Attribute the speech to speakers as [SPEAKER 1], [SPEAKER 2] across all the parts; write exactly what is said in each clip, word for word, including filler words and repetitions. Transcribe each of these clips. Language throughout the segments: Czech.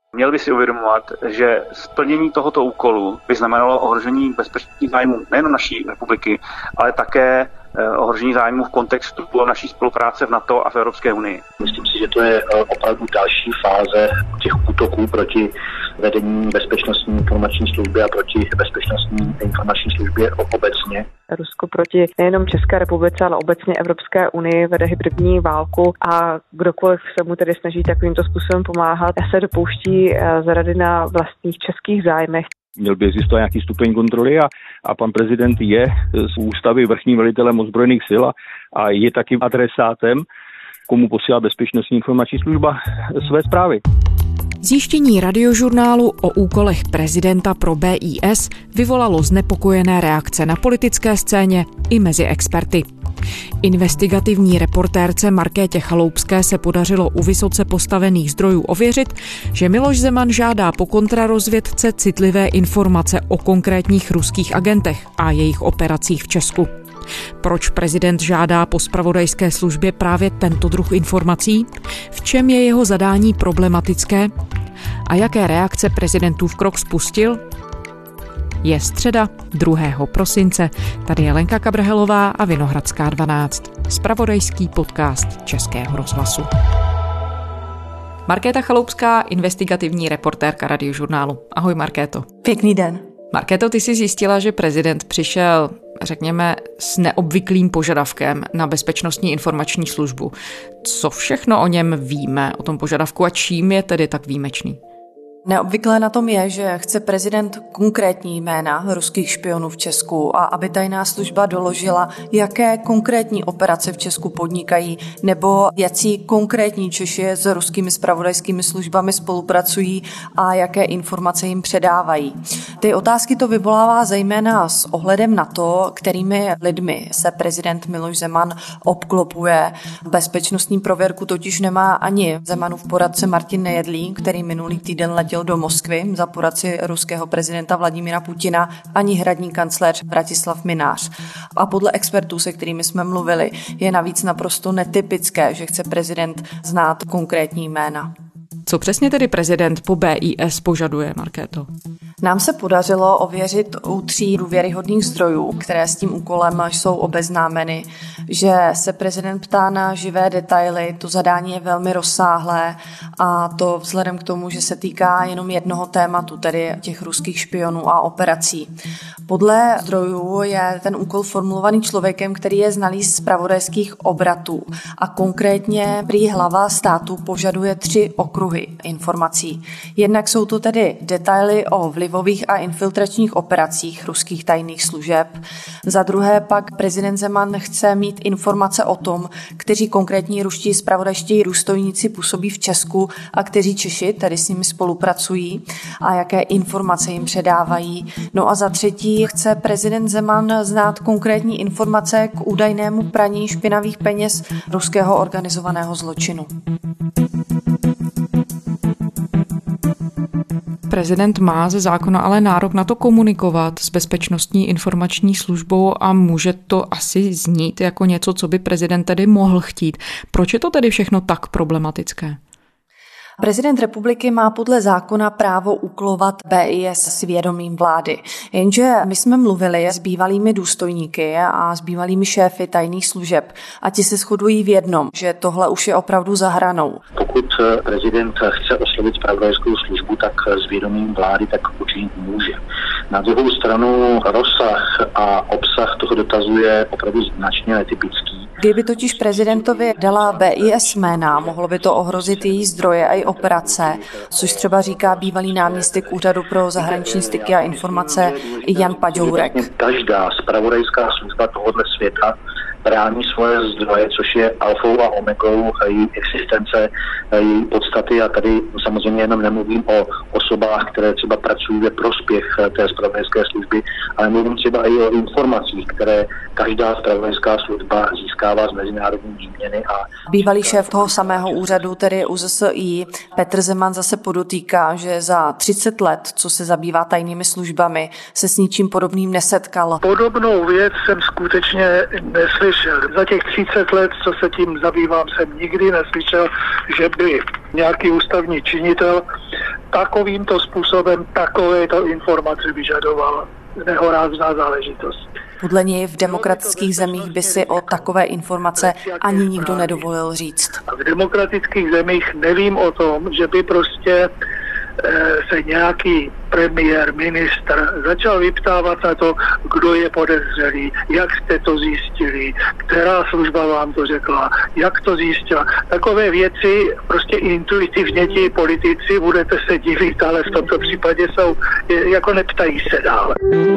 [SPEAKER 1] Měl by si uvědomovat, že splnění tohoto úkolu by znamenalo ohrožení bezpečnostních zájmů nejen naší republiky, ale také ohrožení zájmů v kontextu naší spolupráce v NATO a v Evropské unii.
[SPEAKER 2] Myslím si, že to je opravdu další fáze těch útoků proti vedení bezpečnostní informační služby a proti bezpečnostní informační službě obecně.
[SPEAKER 3] Rusko proti nejenom České republice, ale obecně Evropské unii vede hybridní válku a kdokoliv se mu tedy snaží takovýmto způsobem pomáhat, se dopouští zrady na vlastních českých zájmech.
[SPEAKER 4] Měl by existovat nějaký stupeň kontroly a, a pan prezident je z ústavy vrchním velitelem ozbrojených sil a, a je taky adresátem, komu posílá Bezpečnostní informační služba své zprávy.
[SPEAKER 5] Zjištění Radiožurnálu o úkolech prezidenta pro B I S vyvolalo znepokojené reakce na politické scéně i mezi experty. Investigativní reportérce Markétě Chaloupské se podařilo u vysoce postavených zdrojů ověřit, že Miloš Zeman žádá po kontrarozvědce citlivé informace o konkrétních ruských agentech a jejich operacích v Česku. Proč prezident žádá po zpravodajské službě právě tento druh informací? V čem je jeho zadání problematické? A jaké reakce prezidentův krok spustil? Je středa druhého prosince. Tady je Lenka Kabrhelová a Vinohradská dvanáct. Zpravodajský podcast Českého rozhlasu. Markéta Chaloupská, investigativní reportérka Radiožurnálu. Ahoj Markéto.
[SPEAKER 6] Pěkný den.
[SPEAKER 5] Markéto, ty jsi zjistila, že prezident přišel, řekněme, s neobvyklým požadavkem na Bezpečnostní informační službu. Co všechno o něm víme, o tom požadavku a čím je tedy tak výjimečný?
[SPEAKER 6] Neobvyklé na tom je, že chce prezident konkrétní jména ruských špionů v Česku a aby tajná služba doložila, jaké konkrétní operace v Česku podnikají nebo jací konkrétní Češi s ruskými zpravodajskými službami spolupracují a jaké informace jim předávají. Ty otázky to vyvolává zejména s ohledem na to, kterými lidmi se prezident Miloš Zeman obklopuje. Bezpečnostní prověrku totiž nemá ani Zemanův poradce Martin Nejedlý, který minulý týden letěl do Moskvy za poradci ruského prezidenta Vladimíra Putina, ani hradní kancléř Vratislav Mynář. A podle expertů, se kterými jsme mluvili, je navíc naprosto netypické, že chce prezident znát konkrétní jména.
[SPEAKER 5] Co přesně tedy prezident po B I S požaduje, Markéto?
[SPEAKER 6] Nám se podařilo ověřit u tří důvěryhodných zdrojů, které s tím úkolem jsou obeznámeny, že se prezident ptá na živé detaily, to zadání je velmi rozsáhlé a to vzhledem k tomu, že se týká jenom jednoho tématu, tedy těch ruských špionů a operací. Podle zdrojů je ten úkol formulovaný člověkem, který je znalý z zpravodajských obratů a konkrétně prý hlava státu požaduje tři okruhy informací. Jednak jsou to tedy detaily o vlivových a infiltračních operacích ruských tajných služeb. Za druhé pak prezident Zeman chce mít informace o tom, kteří konkrétní ruští zpravodajští důstojníci působí v Česku a kteří Češi tedy s nimi spolupracují a jaké informace jim předávají. No a za třetí chce prezident Zeman znát konkrétní informace k údajnému praní špinavých peněz ruského organizovaného zločinu.
[SPEAKER 5] Prezident má ze zákona ale nárok na to komunikovat s Bezpečnostní informační službou a může to asi znít jako něco, co by prezident tedy mohl chtít. Proč je to tedy všechno tak problematické?
[SPEAKER 6] Prezident republiky má podle zákona právo úkolovat B I S s vědomím vlády. Jenže my jsme mluvili s bývalými důstojníky a s bývalými šéfy tajných služeb a ti se shodují v jednom, že tohle už je opravdu za hranou.
[SPEAKER 2] Pokud prezident chce oslovit zpravodajskou službu, tak s vědomím vlády tak učinit může. Na druhou stranu rozsah a obsah toho dotazu je opravdu značně netypický.
[SPEAKER 6] Kdyby totiž prezidentovi dala B I S jména, mohlo by to ohrozit její zdroje a i operace, což třeba říká bývalý náměstek Úřadu pro zahraniční styky a informace Jan Paďourek.
[SPEAKER 2] Každá zpravodajská služba tohoto světa brání svoje zdroje, což je alfou a omegou její existence, její podstaty a tady samozřejmě jenom nemluvím o osobách, které třeba pracují ve prospěch té zpravodajské služby, ale mluvím třeba i o informacích, které každá zpravodajská služba získává z mezinárodní výměny. A
[SPEAKER 6] bývalý šéf toho samého úřadu, tedy U Z S I, Petr Zeman zase podotýká, že za třicet let, co se zabývá tajnými službami, se s ničím podobným nesetkal.
[SPEAKER 7] Podobnou věc jsem skutečně neslyšel neslyšel. Za těch třicet let, co se tím zabývám, jsem nikdy neslyšel, že by nějaký ústavní činitel takovýmto způsobem takovéto informace vyžadoval. Nehorázná záležitost.
[SPEAKER 6] Podle něj v demokratických zemích by si o takové informace ani nikdo nedovolil říct.
[SPEAKER 7] A v demokratických zemích nevím o tom, že by prostě se nějaký premiér, ministr začal vyptávat na to, kdo je podezřelý, jak jste to zjistili, která služba vám to řekla, jak to zjistila. Takové věci prostě intuitivně ti politici, budete se divit, ale v tomto případě jsou, jako neptají se dál.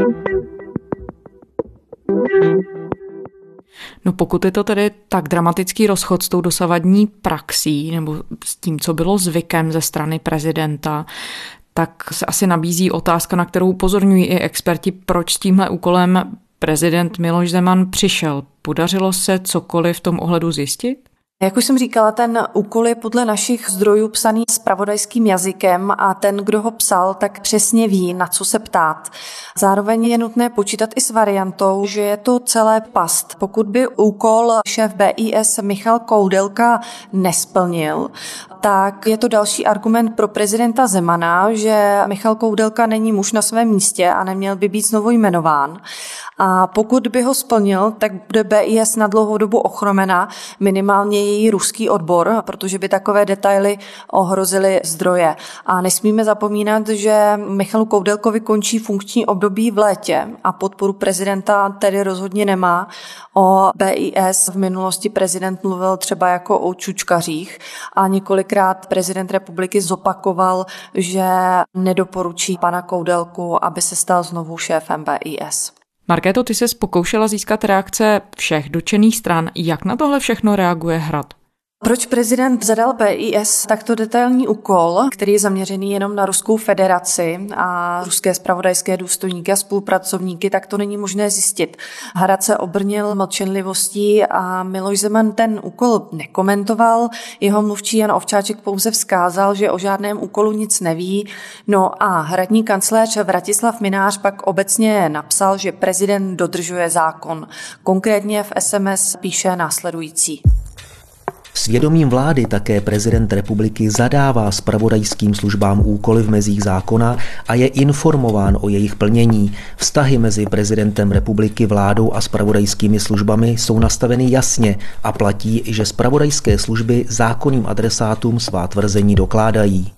[SPEAKER 5] No pokud je to tedy tak dramatický rozchod s tou dosavadní praxí nebo s tím, co bylo zvykem ze strany prezidenta, tak se asi nabízí otázka, na kterou upozorňují i experti, proč s tímhle úkolem prezident Miloš Zeman přišel. Podařilo se cokoliv v tom ohledu zjistit?
[SPEAKER 6] Jak už jsem říkala, ten úkol je podle našich zdrojů psaný zpravodajským jazykem a ten, kdo ho psal, tak přesně ví, na co se ptát. Zároveň je nutné počítat i s variantou, že je to celé past. Pokud by úkol šéf B I S Michal Koudelka nesplnil, tak je to další argument pro prezidenta Zemana, že Michal Koudelka není muž na svém místě a neměl by být znovu jmenován. A pokud by ho splnil, tak bude B I S na dlouhou dobu ochromena, minimálně její ruský odbor, protože by takové detaily ohrozily zdroje. A nesmíme zapomínat, že Michalu Koudelkovi končí funkční období v létě a podporu prezidenta tedy rozhodně nemá. O B I S v minulosti prezident mluvil třeba jako o čučkařích a několikrát prezident republiky zopakoval, že nedoporučí pana Koudelku, aby se stal znovu šéfem B I S.
[SPEAKER 5] Markéto, ty se pokoušela získat reakce všech dotčených stran. Jak na tohle všechno reaguje Hrad?
[SPEAKER 6] Proč prezident zadal B I S takto detailní úkol, který je zaměřený jenom na Ruskou federaci a ruské zpravodajské důstojníky a spolupracovníky, tak to není možné zjistit. Hrad se obrnil mlčenlivostí a Miloš Zeman ten úkol nekomentoval. Jeho mluvčí Jan Ovčáček pouze vzkázal, že o žádném úkolu nic neví. No a hradní kancléř Vratislav Minář pak obecně napsal, že prezident dodržuje zákon. Konkrétně v S M S píše následující.
[SPEAKER 8] S vědomím vlády také prezident republiky zadává zpravodajským službám úkoly v mezích zákona a je informován o jejich plnění. Vztahy mezi prezidentem republiky, vládou a zpravodajskými službami jsou nastaveny jasně a platí, že zpravodajské služby zákonným adresátům svá tvrzení dokládají.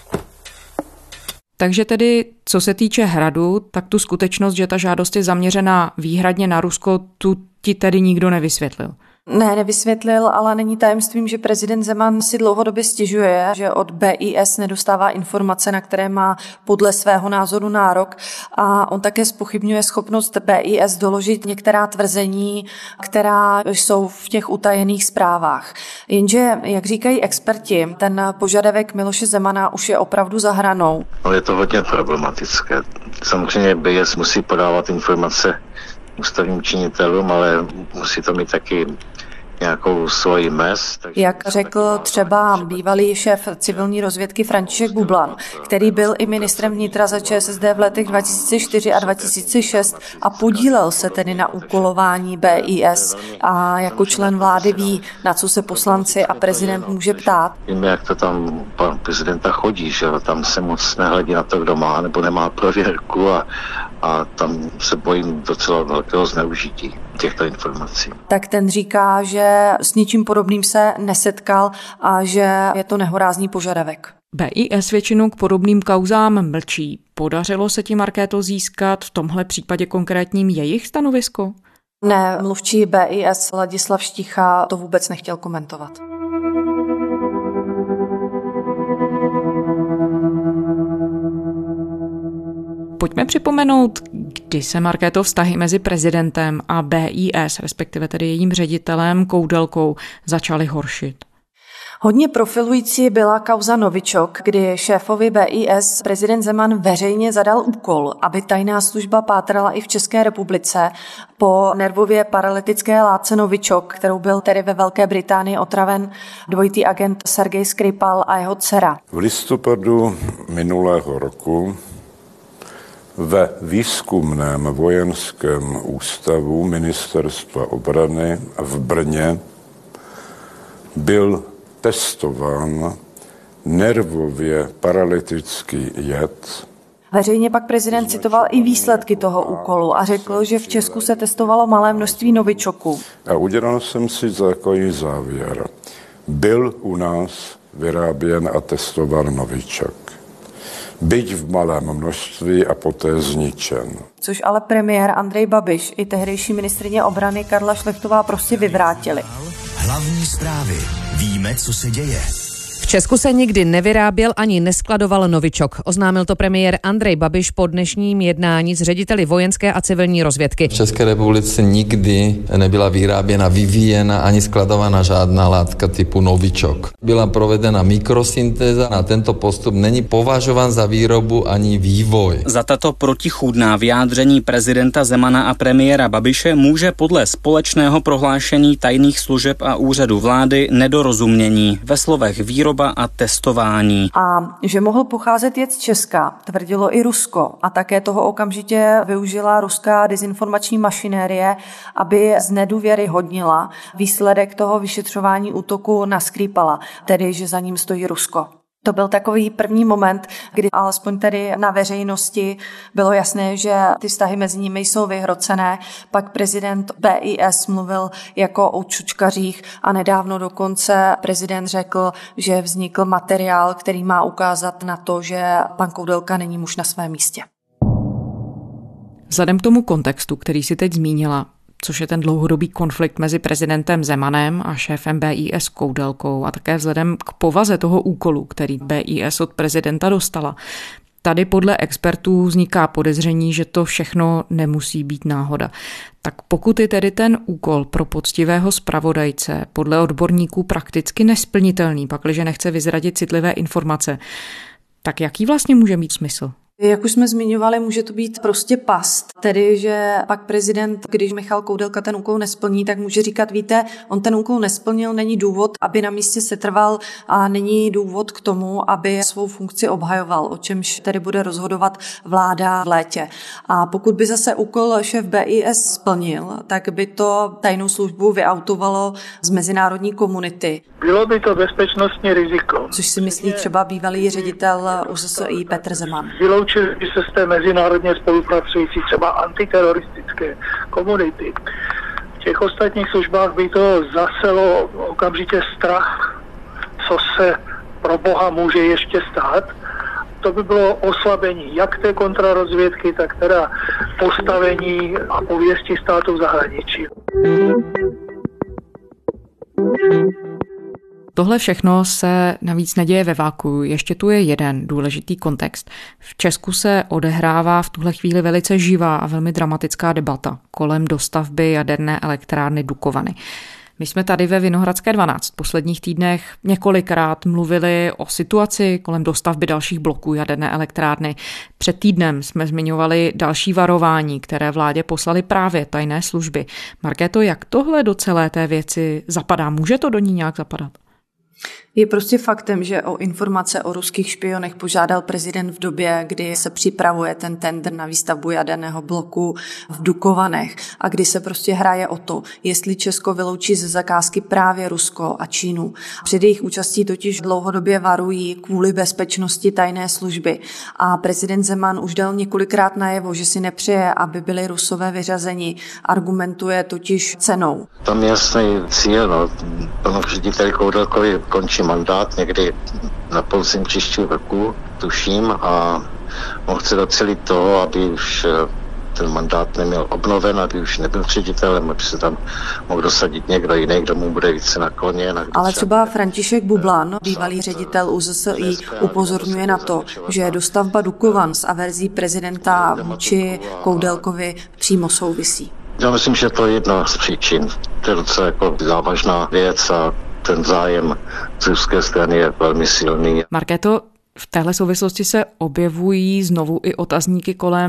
[SPEAKER 5] Takže tedy, co se týče Hradu, tak tu skutečnost, že ta žádost je zaměřená výhradně na Rusko, tu ti tedy nikdo nevysvětlil.
[SPEAKER 6] Ne, nevysvětlil, ale není tajemstvím, že prezident Zeman si dlouhodobě stěžuje, že od B I S nedostává informace, na které má podle svého názoru nárok a on také zpochybňuje schopnost B I S doložit některá tvrzení, která jsou v těch utajených zprávách. Jenže, jak říkají experti, ten požadavek Miloše Zemana už je opravdu za hranou.
[SPEAKER 2] No, je to hodně problematické. Samozřejmě B I S musí podávat informace ústavním činitelům, ale musí to mít taky nějakou svoji mez.
[SPEAKER 6] Jak řekl třeba bývalý šéf civilní rozvědky František Bublan, který byl i ministrem vnitra za Č S S D v letech dva tisíce čtyři a dva tisíce šest a podílel se tedy na úkolování B I S a jako člen vlády ví, na co se poslanci a prezident může ptát.
[SPEAKER 2] Víme, jak to tam pan prezidenta chodí, že tam se moc nehledí na to, kdo má nebo nemá prověrku a, a tam se bojím docela velkého zneužití těchto informací.
[SPEAKER 6] Tak ten říká, že s ničím podobným se nesetkal a že je to nehorázný požadavek.
[SPEAKER 5] B I S většinou k podobným kauzám mlčí. Podařilo se ti, Markéto, získat v tomhle případě konkrétním jejich stanovisko?
[SPEAKER 6] Ne, mluvčí B I S Ladislav Šticha to vůbec nechtěl komentovat.
[SPEAKER 5] Pojďme připomenout, kdy se, Markéto, vztahy mezi prezidentem a B I S, respektive tedy jejím ředitelem Koudelkou, začaly horšit.
[SPEAKER 6] Hodně profilující byla kauza Novičok, kdy šéfovi B I S prezident Zeman veřejně zadal úkol, aby tajná služba pátrala i v České republice po nervově paralytické látce Novičok, kterou byl tedy ve Velké Británii otraven dvojitý agent Sergej Skripal a jeho dcera.
[SPEAKER 9] V listopadu minulého roku ve výzkumném vojenském ústavu Ministerstva obrany v Brně byl testován nervově paralytický jed.
[SPEAKER 6] Veřejně pak prezident citoval i výsledky toho úkolu a řekl, že v Česku se testovalo malé množství novičoku.
[SPEAKER 9] A udělal jsem si takový závěr. Byl u nás vyráběn a testován novičok. Byť v malém množství a poté zničen.
[SPEAKER 6] Což ale premiér Andrej Babiš i tehdejší ministryně obrany Karla Šlechtová prostě vyvrátili.
[SPEAKER 10] Hlavní zprávy. Víme, co se děje.
[SPEAKER 11] V Česku se nikdy nevyráběl ani neskladoval novičok. Oznámil to premiér Andrej Babiš po dnešním jednání s řediteli vojenské a civilní rozvědky.
[SPEAKER 12] V České republice nikdy nebyla vyráběna, vyvíjena ani skladována žádná látka typu novičok. Byla provedena mikrosyntéza a tento postup není považován za výrobu ani vývoj.
[SPEAKER 13] Za tato protichůdná vyjádření prezidenta Zemana a premiéra Babiše může podle společného prohlášení tajných služeb a úřadu vlády nedorozumění ve slovech výroba a testování.
[SPEAKER 6] A že mohl pocházet jed z Česka, tvrdilo i Rusko a také toho okamžitě využila ruská dezinformační mašinérie, aby znedůvěryhodnila výsledek toho vyšetřování útoku na Skripala, tedy že za ním stojí Rusko. To byl takový první moment, kdy alespoň tedy na veřejnosti bylo jasné, že ty vztahy mezi nimi jsou vyhrocené. Pak prezident B I S mluvil jako o čučkařích a nedávno dokonce prezident řekl, že vznikl materiál, který má ukázat na to, že pan Koudelka není muž na svém místě.
[SPEAKER 5] Vzhledem k tomu kontextu, který si teď zmínila, což je ten dlouhodobý konflikt mezi prezidentem Zemanem a šéfem B I S Koudelkou a také vzhledem k povaze toho úkolu, který B I S od prezidenta dostala. Tady podle expertů vzniká podezření, že to všechno nemusí být náhoda. Tak pokud je tedy ten úkol pro poctivého zpravodajce podle odborníků prakticky nesplnitelný, pakliže nechce vyzradit citlivé informace, tak jaký vlastně může mít smysl?
[SPEAKER 6] Jak už jsme zmiňovali, může to být prostě past. Tedy, že pak prezident, když Michal Koudelka ten úkol nesplní, tak může říkat, víte, on ten úkol nesplnil, není důvod, aby na místě setrval a není důvod k tomu, aby svou funkci obhajoval, o čemž tedy bude rozhodovat vláda v létě. A pokud by zase úkol šéf B I S splnil, tak by to tajnou službu vyautovalo z mezinárodní komunity.
[SPEAKER 7] Bylo by to bezpečnostní riziko.
[SPEAKER 6] Což si myslí třeba bývalý ředitel U S S I Petr Zeman.
[SPEAKER 7] Vyloučili by se z té mezinárodně spolupracující třeba antiteroristické komunity. V těch ostatních službách by to zaselo okamžitě strach, co se pro Boha může ještě stát. To by bylo oslabení jak té kontrarozvědky, tak teda postavení a pověsti státu v zahraničí.
[SPEAKER 5] Tohle všechno se navíc neděje ve váku. Ještě tu je jeden důležitý kontext. V Česku se odehrává v tuhle chvíli velice živá a velmi dramatická debata kolem dostavby jaderné elektrárny Dukovany. My jsme tady ve Vinohradské dvanáct v posledních týdnech několikrát mluvili o situaci kolem dostavby dalších bloků jaderné elektrárny. Před týdnem jsme zmiňovali další varování, které vládě poslali právě tajné služby. Markéto, jak tohle do celé té věci zapadá? Může to do ní nějak zapadat?
[SPEAKER 6] Je prostě faktem, že o informace o ruských špionech požádal prezident v době, kdy se připravuje ten tender na výstavbu jaderného bloku v Dukovanech a kdy se prostě hraje o to, jestli Česko vyloučí ze zakázky právě Rusko a Čínu. Před jejich účastí totiž dlouhodobě varují kvůli bezpečnosti tajné služby a prezident Zeman už dal několikrát najevo, že si nepřeje, aby byli Rusové vyřazeni. Argumentuje totiž cenou.
[SPEAKER 2] Tam je jasný cíl, no. Panu řediteli Koudelkovi končí mandát někdy na podzim příštího roku, tuším, a on chce docelit toho, aby už ten mandát neměl obnoven, aby už nebyl ředitelem, aby se tam mohl dosadit někdo jiný, kdo mu bude více nakloněn.
[SPEAKER 6] Ale třeba František Bublan, bývalý ředitel U S S I, upozorňuje na to, že dostavba Dukovan s averzí prezidenta vůči Koudelkovi přímo souvisí.
[SPEAKER 2] Já myslím, že to je jedna z příčin. To je docela jako závažná věc a ten zájem z ruské strany je velmi silný.
[SPEAKER 5] Markéto, v téhle souvislosti se objevují znovu i otazníky kolem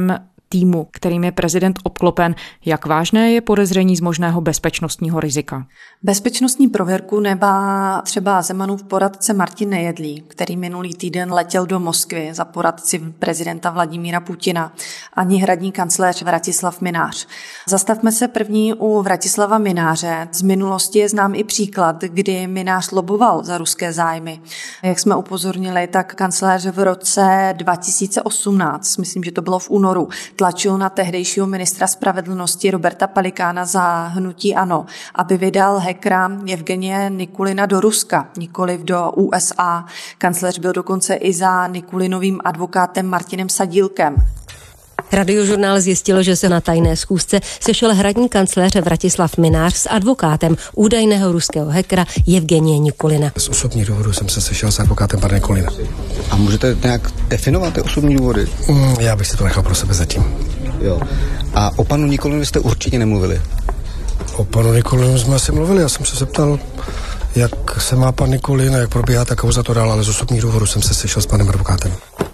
[SPEAKER 5] týmu, kterým je prezident obklopen. Jak vážné je podezření z možného bezpečnostního rizika?
[SPEAKER 6] Bezpečnostní prověrku nebá třeba Zemanův poradce Martin Nejedlý, který minulý týden letěl do Moskvy za poradci prezidenta Vladimíra Putina, ani hradní kancléř Vratislav Mynář. Zastavme se první u Vratislava Mynáře. Z minulosti je znám i příklad, kdy Mynář loboval za ruské zájmy. Jak jsme upozornili, tak kancléř v roce dva tisíce osmnáct, myslím, že to bylo v únoru, tlačil na tehdejšího ministra spravedlnosti Roberta Pelikána za hnutí ANO, aby vydal hackera Jevgenije Nikulina do Ruska, nikoliv do U S A. Kancléř byl dokonce i za Nikulinovým advokátem Martinem Sadílkem.
[SPEAKER 14] Radiožurnál zjistil, že se na tajné schůzce sešel hradní kancléř Vratislav Mynář s advokátem údajného ruského hackera Jevgenije Nikulina.
[SPEAKER 15] Z osobních důvodů jsem se sešel s advokátem pana Nikulina. A můžete nějak definovat ty osobní důvody? Mm, já bych si to nechal pro sebe zatím. Jo. A o panu Nikulinovi jste určitě nemluvili? O panu Nikulinu jsme asi mluvili, já jsem se zeptal, jak se má pan Nikulin a jak probíhá ta kauza to dál, ale z osobních důvodů jsem se sešel s panem advokátem.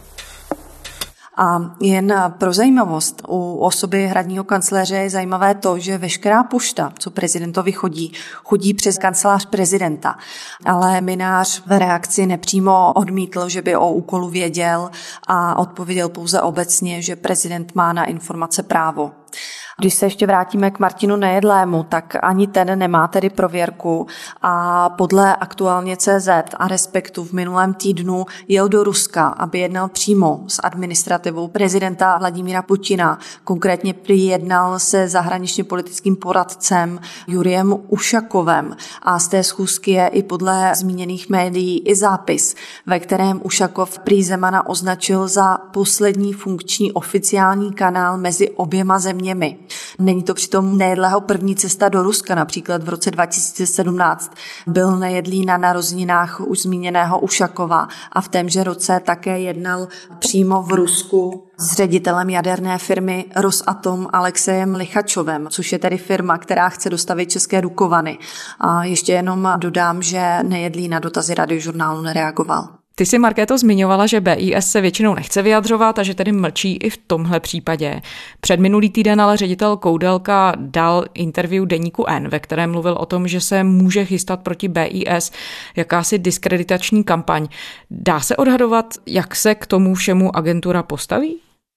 [SPEAKER 6] A jen pro zajímavost, u osoby hradního kancléře je zajímavé to, že veškerá pošta, co prezidentovi chodí, chodí přes kancelář prezidenta. Ale Mynář v reakci nepřímo odmítl, že by o úkolu věděl a odpověděl pouze obecně, že prezident má na informace právo. Když se ještě vrátíme k Martinu Nejedlému, tak ani ten nemá tedy prověrku a podle aktuálně C Z a Respektu v minulém týdnu jel do Ruska, aby jednal přímo s administrativou prezidenta Vladimíra Putina. Konkrétně jednal se zahraničně politickým poradcem Juriem Ušakovem a z té schůzky je i podle zmíněných médií i zápis, ve kterém Ušakov prý Zemana označil za poslední funkční oficiální kanál mezi oběma zeměmi. Není to přitom Nejedlého první cesta do Ruska, například v roce dva tisíce sedmnáct byl Nejedlý na narozeninách už zmíněného Ušakova a v témže roce také jednal přímo v Rusku s ředitelem jaderné firmy Rosatom Alexejem Lichačovem, což je tedy firma, která chce dostavit české Dukovany. A ještě jenom dodám, že Nejedlý na dotazy Radiožurnálu nereagoval.
[SPEAKER 5] Ty jsi, Markéto, zmiňovala, že B I S se většinou nechce vyjadřovat a že tedy mlčí i v tomhle případě. Před minulý týden ale ředitel Koudelka dal interview deníku N, ve kterém mluvil o tom, že se může chystat proti B I S jakási diskreditační kampaň. Dá se odhadovat, jak se k tomu všemu agentura postaví?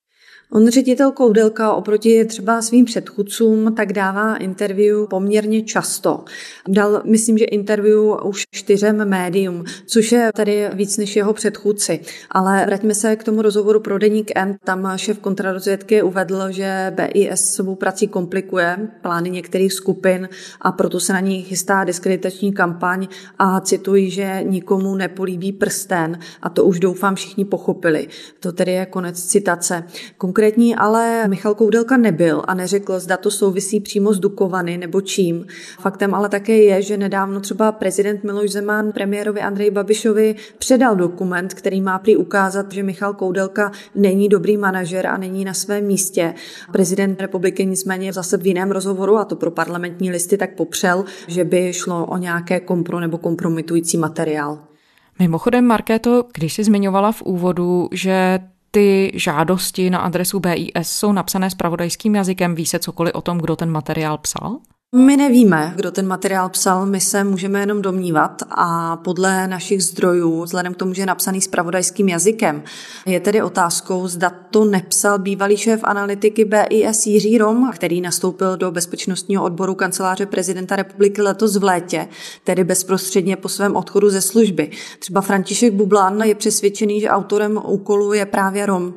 [SPEAKER 6] On ředitel Koudelka oproti třeba svým předchůdcům tak dává interview poměrně často. Dal, myslím, že interview už čtyřem médium, což je tady víc než jeho předchůdci. Ale vraťme se k tomu rozhovoru pro deník N. Tam šéf kontrarozvědky uvedl, že B I S svou prací komplikuje plány některých skupin a proto se na ní chystá diskreditační kampaň a cituji, že nikomu nepolíbí prsten a to už doufám všichni pochopili. To tedy je konec citace. Konkrétní ale Michal Koudelka nebyl a neřekl, zda to souvisí přímo s Dukovany nebo čím. Faktem ale také je, že nedávno třeba prezident Miloš Zeman premiérovi Andreji Babišovi předal dokument, který má prý ukázat, že Michal Koudelka není dobrý manažer a není na svém místě. Prezident republiky nicméně zase v jiném rozhovoru, a to pro Parlamentní listy, tak popřel, že by šlo o nějaké kompro nebo kompromitující materiál.
[SPEAKER 5] Mimochodem, Markéto, když jsi zmiňovala v úvodu, že ty žádosti na adresu B I S jsou napsané zpravodajským jazykem, ví se cokoliv o tom, kdo ten materiál psal?
[SPEAKER 6] My nevíme, kdo ten materiál psal, my se můžeme jenom domnívat a podle našich zdrojů, vzhledem k tomu, že je napsaný zpravodajským jazykem, je tedy otázkou, zda to nepsal bývalý šéf analytiky B I S Jiří Rom, který nastoupil do bezpečnostního odboru kanceláře prezidenta republiky letos v létě, tedy bezprostředně po svém odchodu ze služby. Třeba František Bublan je přesvědčený, že autorem úkolu je právě Rom.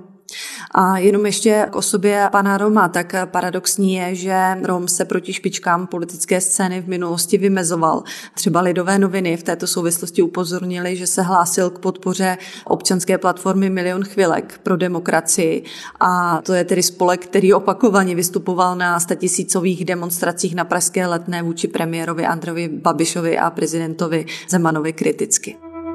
[SPEAKER 6] A jenom ještě k osobě pana Roma, tak paradoxní je, že Rom se proti špičkám politické scény v minulosti vymezoval. Třeba Lidové noviny v této souvislosti upozornili, že se hlásil k podpoře občanské platformy Milion chvilek pro demokracii. A to je tedy spolek, který opakovaně vystupoval na statisícových demonstracích na pražské Letné vůči premiérovi Andrejovi Babišovi a prezidentovi Zemanovi kriticky.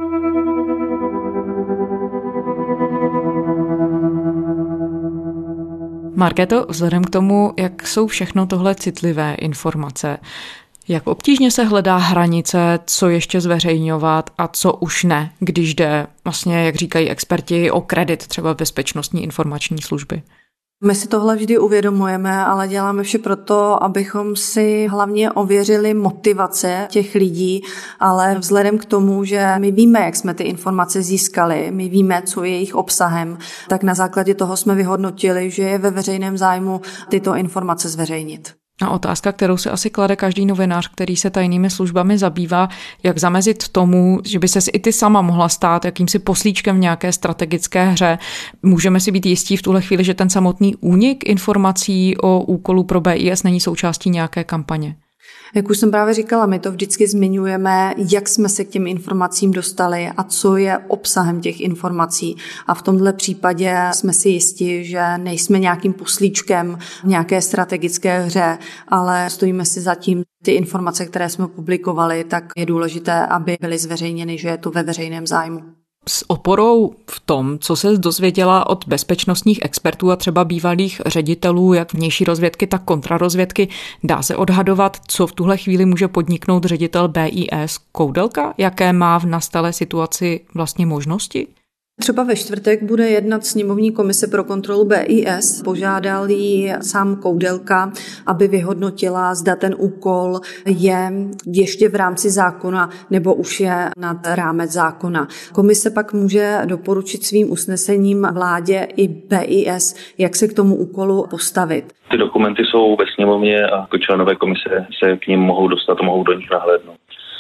[SPEAKER 5] Markéto, vzhledem k tomu, jak jsou všechno tohle citlivé informace, jak obtížně se hledá hranice, co ještě zveřejňovat a co už ne, když jde vlastně, jak říkají experti, o kredit třeba Bezpečnostní informační služby?
[SPEAKER 6] My si tohle vždy uvědomujeme, ale děláme vše proto, abychom si hlavně ověřili motivace těch lidí, ale vzhledem k tomu, že my víme, jak jsme ty informace získali, my víme, co je jejich obsahem, tak na základě toho jsme vyhodnotili, že je ve veřejném zájmu tyto informace zveřejnit.
[SPEAKER 5] A otázka, kterou si asi klade každý novinář, který se tajnými službami zabývá, jak zamezit tomu, že by ses i ty sama mohla stát jakýmsi poslíčkem v nějaké strategické hře. Můžeme si být jistí v tuhle chvíli, že ten samotný únik informací o úkolu pro B I S není součástí nějaké kampaně?
[SPEAKER 6] Jak už jsem právě říkala, my to vždycky zmiňujeme, jak jsme se k těm informacím dostali a co je obsahem těch informací. A v tomhle případě jsme si jistí, že nejsme nějakým poslíčkem v nějaké strategické hře, ale stojíme si za tím. Ty informace, které jsme publikovali, tak je důležité, aby byly zveřejněny, že je to ve veřejném zájmu.
[SPEAKER 5] S oporou v tom, co se dozvěděla od bezpečnostních expertů a třeba bývalých ředitelů, jak vnější rozvědky, tak kontrarozvědky, dá se odhadovat, co v tuhle chvíli může podniknout ředitel B I S Koudelka? Jaké má v nastalé situaci vlastně možnosti?
[SPEAKER 6] Třeba ve čtvrtek bude jednat sněmovní komise pro kontrolu B I S. Požádal jí sám Koudelka, aby vyhodnotila, zda ten úkol je ještě v rámci zákona nebo už je nad rámec zákona. Komise pak může doporučit svým usnesením vládě i B I S, jak se k tomu úkolu postavit.
[SPEAKER 16] Ty dokumenty jsou ve sněmovně a jako členové komise se k nim mohou dostat a mohou do nich nahlédnout.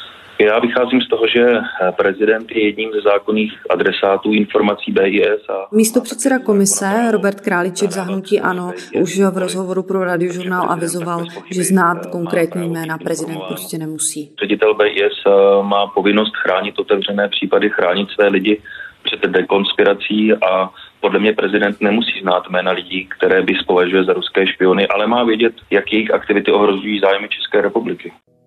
[SPEAKER 16] Já vycházím z toho, že prezident je jedním ze zákonných adresátů informací B I S. A...
[SPEAKER 6] Místopředseda komise Robert Králíček za hnutí ANO už v rozhovoru pro Radiožurnál avizoval, že znát konkrétní jména prezident prostě nemusí.
[SPEAKER 16] Ředitel B I S má povinnost chránit otevřené případy, chránit své lidi před dekonspirací a podle mě prezident nemusí znát jména lidí, které by považuje za ruské špiony, ale má vědět, jak jejich aktivity ohrožují zájmy České republiky.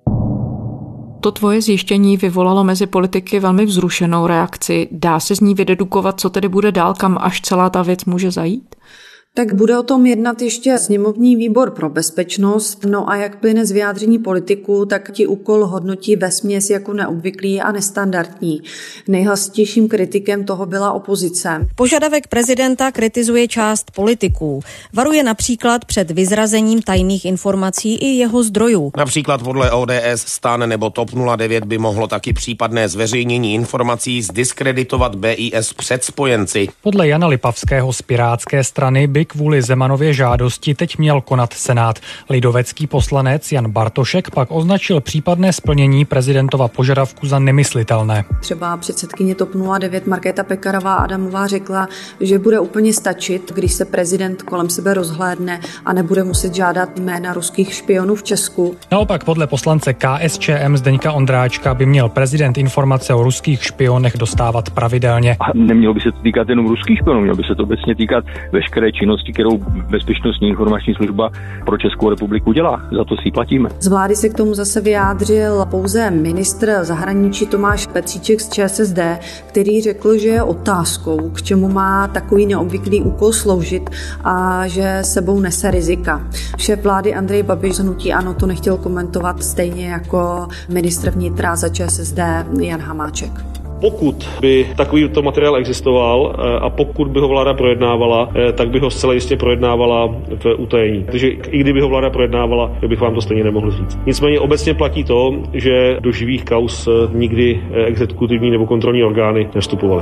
[SPEAKER 5] To tvoje zjištění vyvolalo mezi politiky velmi vzrušenou reakci. Dá se z ní vydedukovat, co tedy bude dál, kam až celá ta věc může zajít?
[SPEAKER 6] Tak bude o tom jednat ještě sněmovní výbor pro bezpečnost. No a jak plyne z vyjádření politiků, tak ti úkol hodnotí vesměs jako neobvyklý a nestandardní. Nejhlasitějším kritikem toho byla opozice.
[SPEAKER 14] Požadavek prezidenta kritizuje část politiků. Varuje například před vyzrazením tajných informací i jeho zdrojů.
[SPEAKER 17] Například podle O D S, STAN nebo TOP nula devět by mohlo taky případné zveřejnění informací zdiskreditovat B I S před spojenci.
[SPEAKER 18] Podle Jana Lipavského z Pirátské strany by kvůli Zemanově žádosti teď měl konat Senát. Lidovecký poslanec Jan Bartošek pak označil případné splnění prezidentova požadavku za nemyslitelné.
[SPEAKER 6] Třeba předsedkyně TOP nula devět Markéta Pekarová Adamová řekla, že bude úplně stačit, když se prezident kolem sebe rozhlédne a nebude muset žádat jména ruských špionů v Česku.
[SPEAKER 18] Naopak podle poslance K S Č M Zdeňka Ondráčka by měl prezident informace o ruských špionech dostávat pravidelně.
[SPEAKER 4] A nemělo by se to týkat jenom ruských špionů, mělo by se to obecně týkat veškeré činnosti, kterou Bezpečnostní informační služba pro Českou republiku dělá. Za to si platíme.
[SPEAKER 6] Z vlády se k tomu zase vyjádřil pouze ministr zahraničí Tomáš Petříček z Č S S D, který řekl, že je otázkou, k čemu má takový neobvyklý úkol sloužit a že sebou nese rizika. Šéf vlády Andrej Babiš z hnutí ANO to nechtěl komentovat, stejně jako ministr vnitra za Č S S D Jan Hamáček.
[SPEAKER 19] Pokud by takovýto materiál existoval a pokud by ho vláda projednávala, tak by ho zcela jistě projednávala v utajení. Takže i kdyby ho vláda projednávala, bych vám to stejně nemohl říct. Nicméně obecně platí to, že do živých kauz nikdy exekutivní nebo kontrolní orgány nevstupovaly.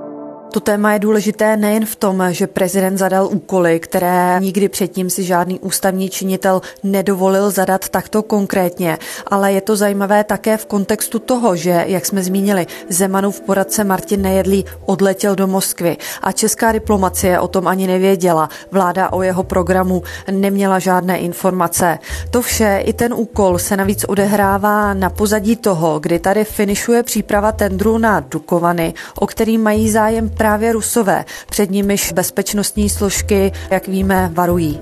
[SPEAKER 6] To téma je důležité nejen v tom, že prezident zadal úkoly, které nikdy předtím si žádný ústavní činitel nedovolil zadat takto konkrétně, ale je to zajímavé také v kontextu toho, že, jak jsme zmínili, Zemanův poradce Martin Nejedlý odletěl do Moskvy a česká diplomacie o tom ani nevěděla. Vláda o jeho programu neměla žádné informace. To vše, i ten úkol se navíc odehrává na pozadí toho, kdy tady finišuje příprava tendru na Dukovany, o který mají zájem právě Rusové, před nimiž bezpečnostní složky, jak víme, varují.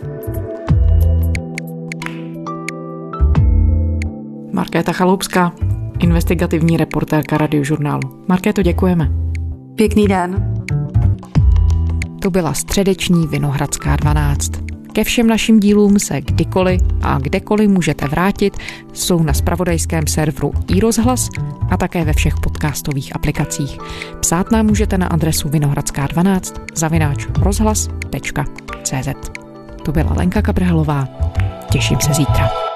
[SPEAKER 5] Markéta Chaloupská, investigativní reportérka Radiožurnálu. Markéto, děkujeme.
[SPEAKER 6] Pěkný den.
[SPEAKER 5] To byla středeční Vinohradská dvanáct. Ke všem našim dílům se kdykoliv a kdekoliv můžete vrátit, jsou na zpravodajském serveru iRozhlas a také ve všech podcastových aplikacích. Psát nám můžete na adresu vinohradská dvanáct zavináč rozhlas tečka cé zet. To byla Lenka Kabrhelová. Těším se zítra.